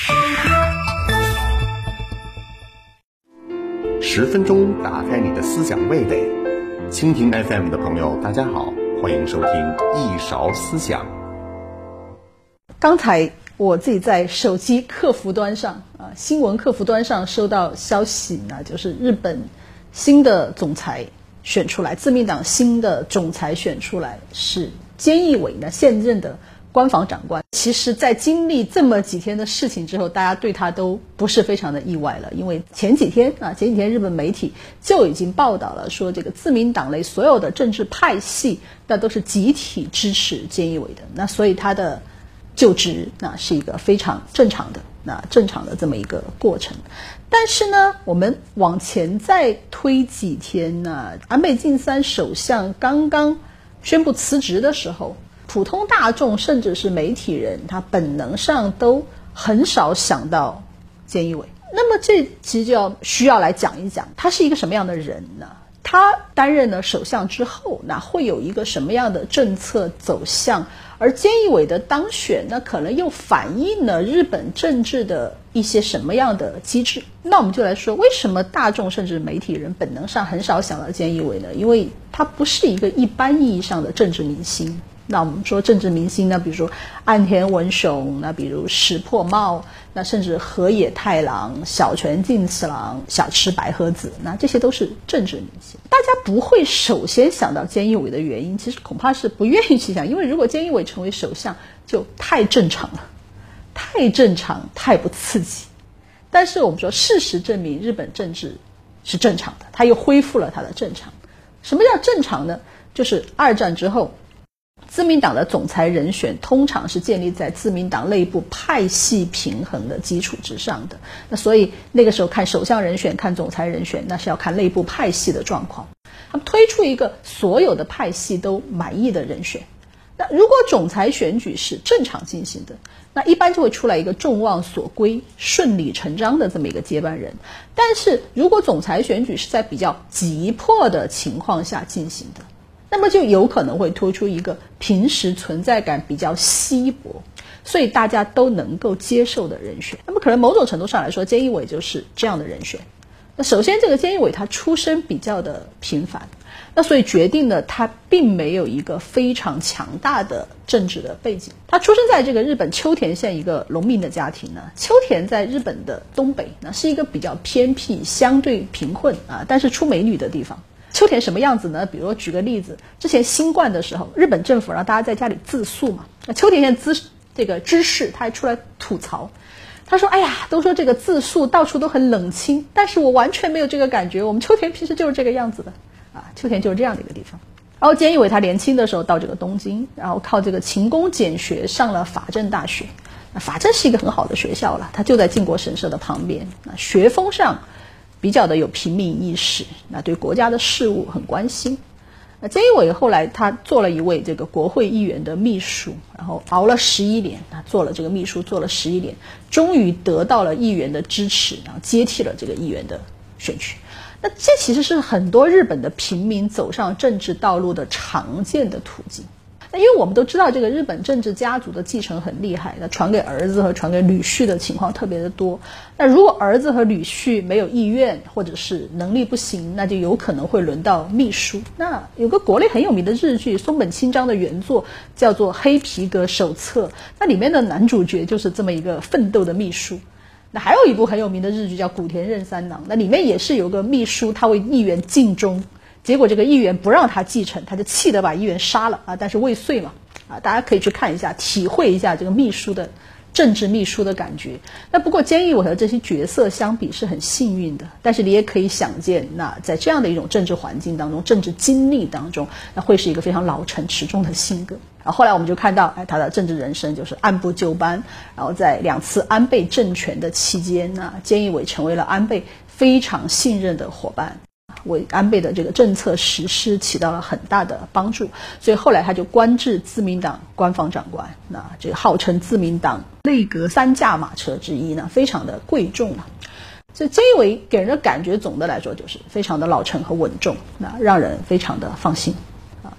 10分钟打开你的思想味蕾，蜻蜓 FM 的朋友大家好，欢迎收听一勺思想。 刚才我自己在手机客服端上新闻客服端上收到消息呢，就是日本新的总裁选出来，自民党新的总裁选出来是菅义伟呢，现任的官房长官。其实在经历这么几天的事情之后，大家对他都不是非常的意外了，因为前几天日本媒体就已经报道了，说这个自民党内所有的政治派系那都是集体支持菅义伟的，那所以他的就职那是一个非常正常的这么一个过程。但是呢，我们往前再推几天呢，安倍晋三首相刚刚宣布辞职的时候，普通大众甚至是媒体人，他本能上都很少想到菅义伟。那么这其实就需要来讲一讲他是一个什么样的人呢？他担任了首相之后，那会有一个什么样的政策走向？而菅义伟的当选，那可能又反映了日本政治的一些什么样的机制？那我们就来说，为什么大众甚至媒体人本能上很少想到菅义伟呢？因为他不是一个一般意义上的政治明星。那我们说政治明星呢，比如说岸田文雄，那比如石破茂，那甚至河野太郎、小泉进次郎、小池百合子，那这些都是政治明星。大家不会首先想到菅义伟的原因，其实恐怕是不愿意去想，因为如果菅义伟成为首相就太正常了，太正常，太不刺激。但是我们说事实证明日本政治是正常的，它又恢复了它的正常。什么叫正常呢？就是二战之后自民党的总裁人选通常是建立在自民党内部派系平衡的基础之上的，那所以那个时候看首相人选看总裁人选，那是要看内部派系的状况，他们推出一个所有的派系都满意的人选。那如果总裁选举是正常进行的，那一般就会出来一个众望所归顺理成章的这么一个接班人。但是如果总裁选举是在比较急迫的情况下进行的，那么就有可能会推出一个平时存在感比较稀薄，所以大家都能够接受的人选。那么可能某种程度上来说，菅义伟就是这样的人选。那首先这个菅义伟他出身比较的平凡，那所以决定了他并没有一个非常强大的政治的背景。他出生在这个日本秋田县一个农民的家庭呢。秋田在日本的东北，那是一个比较偏僻相对贫困但是出美女的地方。秋田什么样子呢？比如举个例子，之前新冠的时候，日本政府让大家在家里自述嘛，那秋田县这个知事他还出来吐槽，他说：“哎呀，都说这个自述到处都很冷清，但是我完全没有这个感觉，我们秋田平时就是这个样子的秋田就是这样的一个地方。”然后菅义伟他年轻的时候到这个东京，然后靠这个勤工俭学上了法政大学。那法政是一个很好的学校了，它就在靖国神社的旁边，那学风上比较的有平民意识，那对国家的事务很关心。那菅义伟后来他做了一位这个国会议员的秘书，然后熬了11年，做了这个秘书做了11年，终于得到了议员的支持，然后接替了这个议员的选举。那这其实是很多日本的平民走上政治道路的常见的途径。那因为我们都知道这个日本政治家族的继承很厉害，那传给儿子和传给女婿的情况特别的多。那如果儿子和女婿没有意愿或者是能力不行，那就有可能会轮到秘书。那有个国内很有名的日剧松本清张的原作叫做《黑皮革手册》，那里面的男主角就是这么一个奋斗的秘书。那还有一部很有名的日剧叫《古田任三郎》，那里面也是有个秘书，他为议员尽忠，结果这个议员不让他继承，他就气得把议员杀了但是未遂嘛大家可以去看一下，体会一下这个秘书的政治秘书的感觉。那不过菅义伟和这些角色相比是很幸运的，但是你也可以想见，那在这样的一种政治环境当中，政治经历当中，那会是一个非常老成持重的性格。然后后来我们就看到他的政治人生就是按部就班，然后在2次安倍政权的期间菅义伟成为了安倍非常信任的伙伴，为安倍的这个政策实施起到了很大的帮助，所以后来他就官至自民党官房长官，那这个号称自民党内阁3驾马车之一呢，非常的贵重所以菅义伟给人的感觉总的来说就是非常的老成和稳重，那让人非常的放心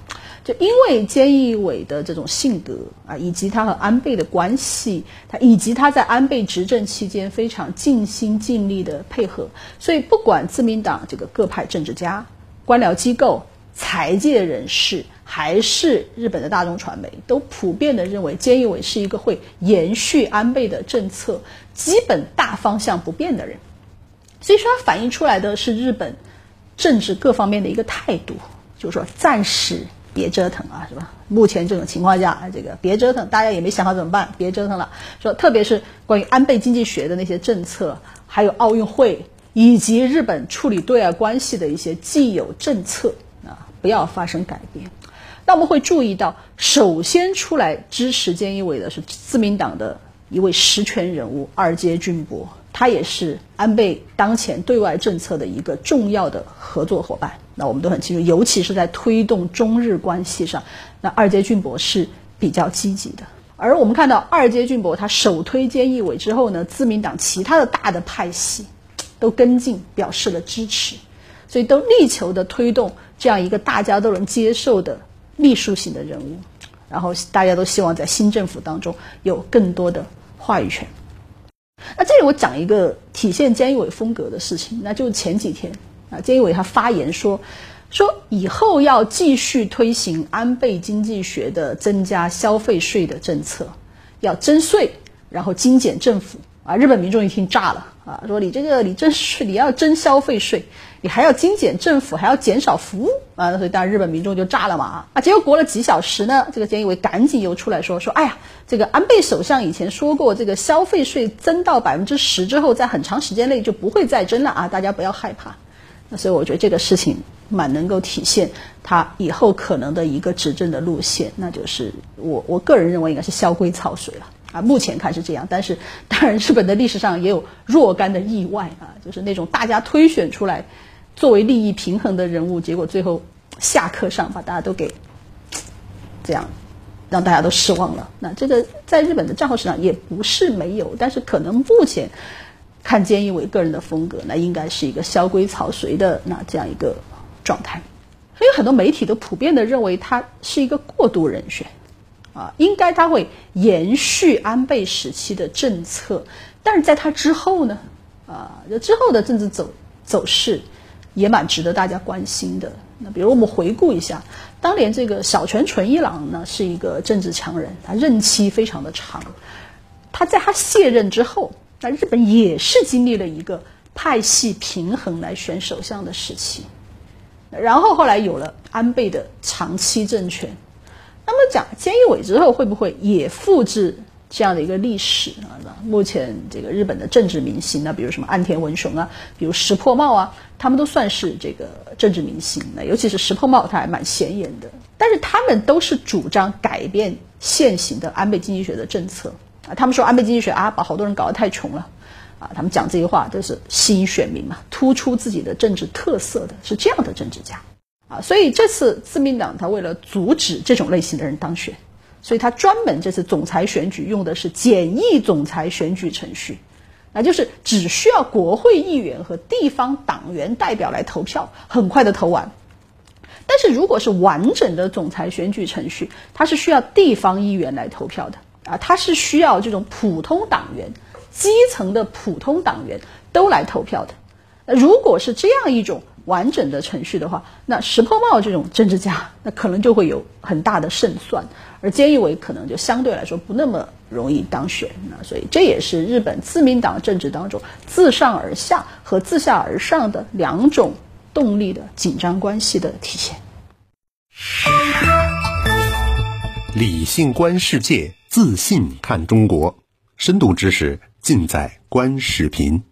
就因为菅义伟的这种性格啊，以及他和安倍的关系，以及他在安倍执政期间非常尽心尽力的配合，所以不管自民党这个各派政治家、官僚机构、财界人士，还是日本的大众传媒，都普遍的认为菅义伟是一个会延续安倍的政策基本大方向不变的人。所以说它反映出来的是日本政治各方面的一个态度，就是说暂时别折腾啊，是吧？目前这种情况下，这个别折腾，大家也没想好怎么办，别折腾了。说特别是关于安倍经济学的那些政策，还有奥运会，以及日本处理对外关系的一些既有政策啊，不要发生改变。那我们会注意到，首先出来支持菅义伟的是自民党的一位实权人物二阶俊博，他也是安倍当前对外政策的一个重要的合作伙伴。那我们都很清楚，尤其是在推动中日关系上，那二阶俊博是比较积极的。而我们看到二阶俊博他首推菅义伟之后呢，自民党其他的大的派系都跟进表示了支持，所以都力求的推动这样一个大家都能接受的隶属型的人物，然后大家都希望在新政府当中有更多的话语权。那这里我讲一个体现菅义伟风格的事情，那就是前几天啊，菅义伟他发言说以后要继续推行安倍经济学的增加消费税的政策，要征税，然后精简政府啊。日本民众一听炸了啊，说你征税，你要征消费税，你还要精简政府，还要减少服务啊，所以当然日本民众就炸了嘛啊。结果过了几小时呢，这个菅义伟赶紧又出来说哎呀，这个安倍首相以前说过，这个消费税增到10%之后，在很长时间内就不会再征了啊，大家不要害怕。那所以我觉得这个事情蛮能够体现他以后可能的一个执政的路线，那就是我个人认为应该是萧规曹随了啊。目前看是这样，但是当然日本的历史上也有若干的意外啊，就是那种大家推选出来作为利益平衡的人物，结果最后下课上把大家都给这样让大家都失望了。那这个在日本的账号市场也不是没有，但是可能目前看菅义伟个人的风格，那应该是一个萧规曹随的那这样一个状态。所以很多媒体都普遍的认为他是一个过渡人选啊，应该他会延续安倍时期的政策，但是在他之后呢之后的政治走势也蛮值得大家关心的。那比如我们回顾一下，当年这个小泉纯一郎呢是一个政治强人，他任期非常的长，他在他卸任之后，那日本也是经历了一个派系平衡来选首相的时期，然后后来有了安倍的长期政权。那么讲菅义伟之后会不会也复制这样的一个历史啊？目前这个日本的政治明星，那比如什么岸田文雄啊，比如石破茂啊，他们都算是这个政治明星。那尤其是石破茂他还蛮显眼的，但是他们都是主张改变现行的安倍经济学的政策啊。他们说安倍经济学把好多人搞得太穷了啊，他们讲这些话都是吸引选民嘛，突出自己的政治特色的，是这样的政治家啊。所以这次自民党他为了阻止这种类型的人当选，所以他专门这次总裁选举用的是简易总裁选举程序，那就是只需要国会议员和地方党员代表来投票，很快的投完。但是如果是完整的总裁选举程序，它是需要地方议员来投票的啊，它是需要这种普通党员、基层的普通党员都来投票的。如果是这样一种完整的程序的话，那石破茂这种政治家那可能就会有很大的胜算，而菅义伟可能就相对来说不那么容易当选。那所以这也是日本自民党政治当中自上而下和自下而上的两种动力的紧张关系的体现。 理性观世界，自信看中国，深度知识尽在观视频。